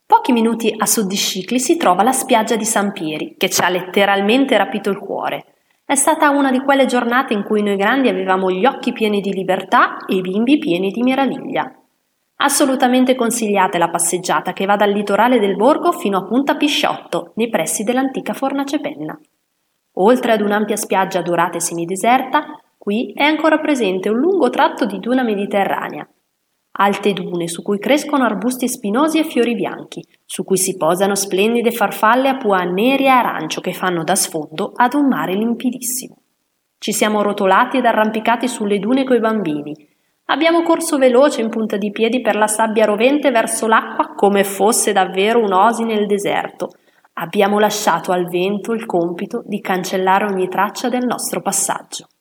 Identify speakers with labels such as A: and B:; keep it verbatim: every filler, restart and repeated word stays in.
A: Pochi minuti a sud di Scicli si trova la spiaggia di San Pieri, che ci ha letteralmente rapito il cuore. È stata una di quelle giornate in cui noi grandi avevamo gli occhi pieni di libertà e i bimbi pieni di meraviglia. Assolutamente consigliate la passeggiata che va dal litorale del borgo fino a Punta Pisciotto, nei pressi dell'antica Fornace Penna. Oltre ad un'ampia spiaggia dorata e semideserta, qui è ancora presente un lungo tratto di duna mediterranea. Alte dune su cui crescono arbusti spinosi e fiori bianchi, su cui si posano splendide farfalle a pua neri e arancio che fanno da sfondo ad un mare limpidissimo. Ci siamo rotolati ed arrampicati sulle dune coi bambini. Abbiamo corso veloce in punta di piedi per la sabbia rovente verso l'acqua come fosse davvero un'oasi nel deserto. Abbiamo lasciato al vento il compito di cancellare ogni traccia del nostro passaggio.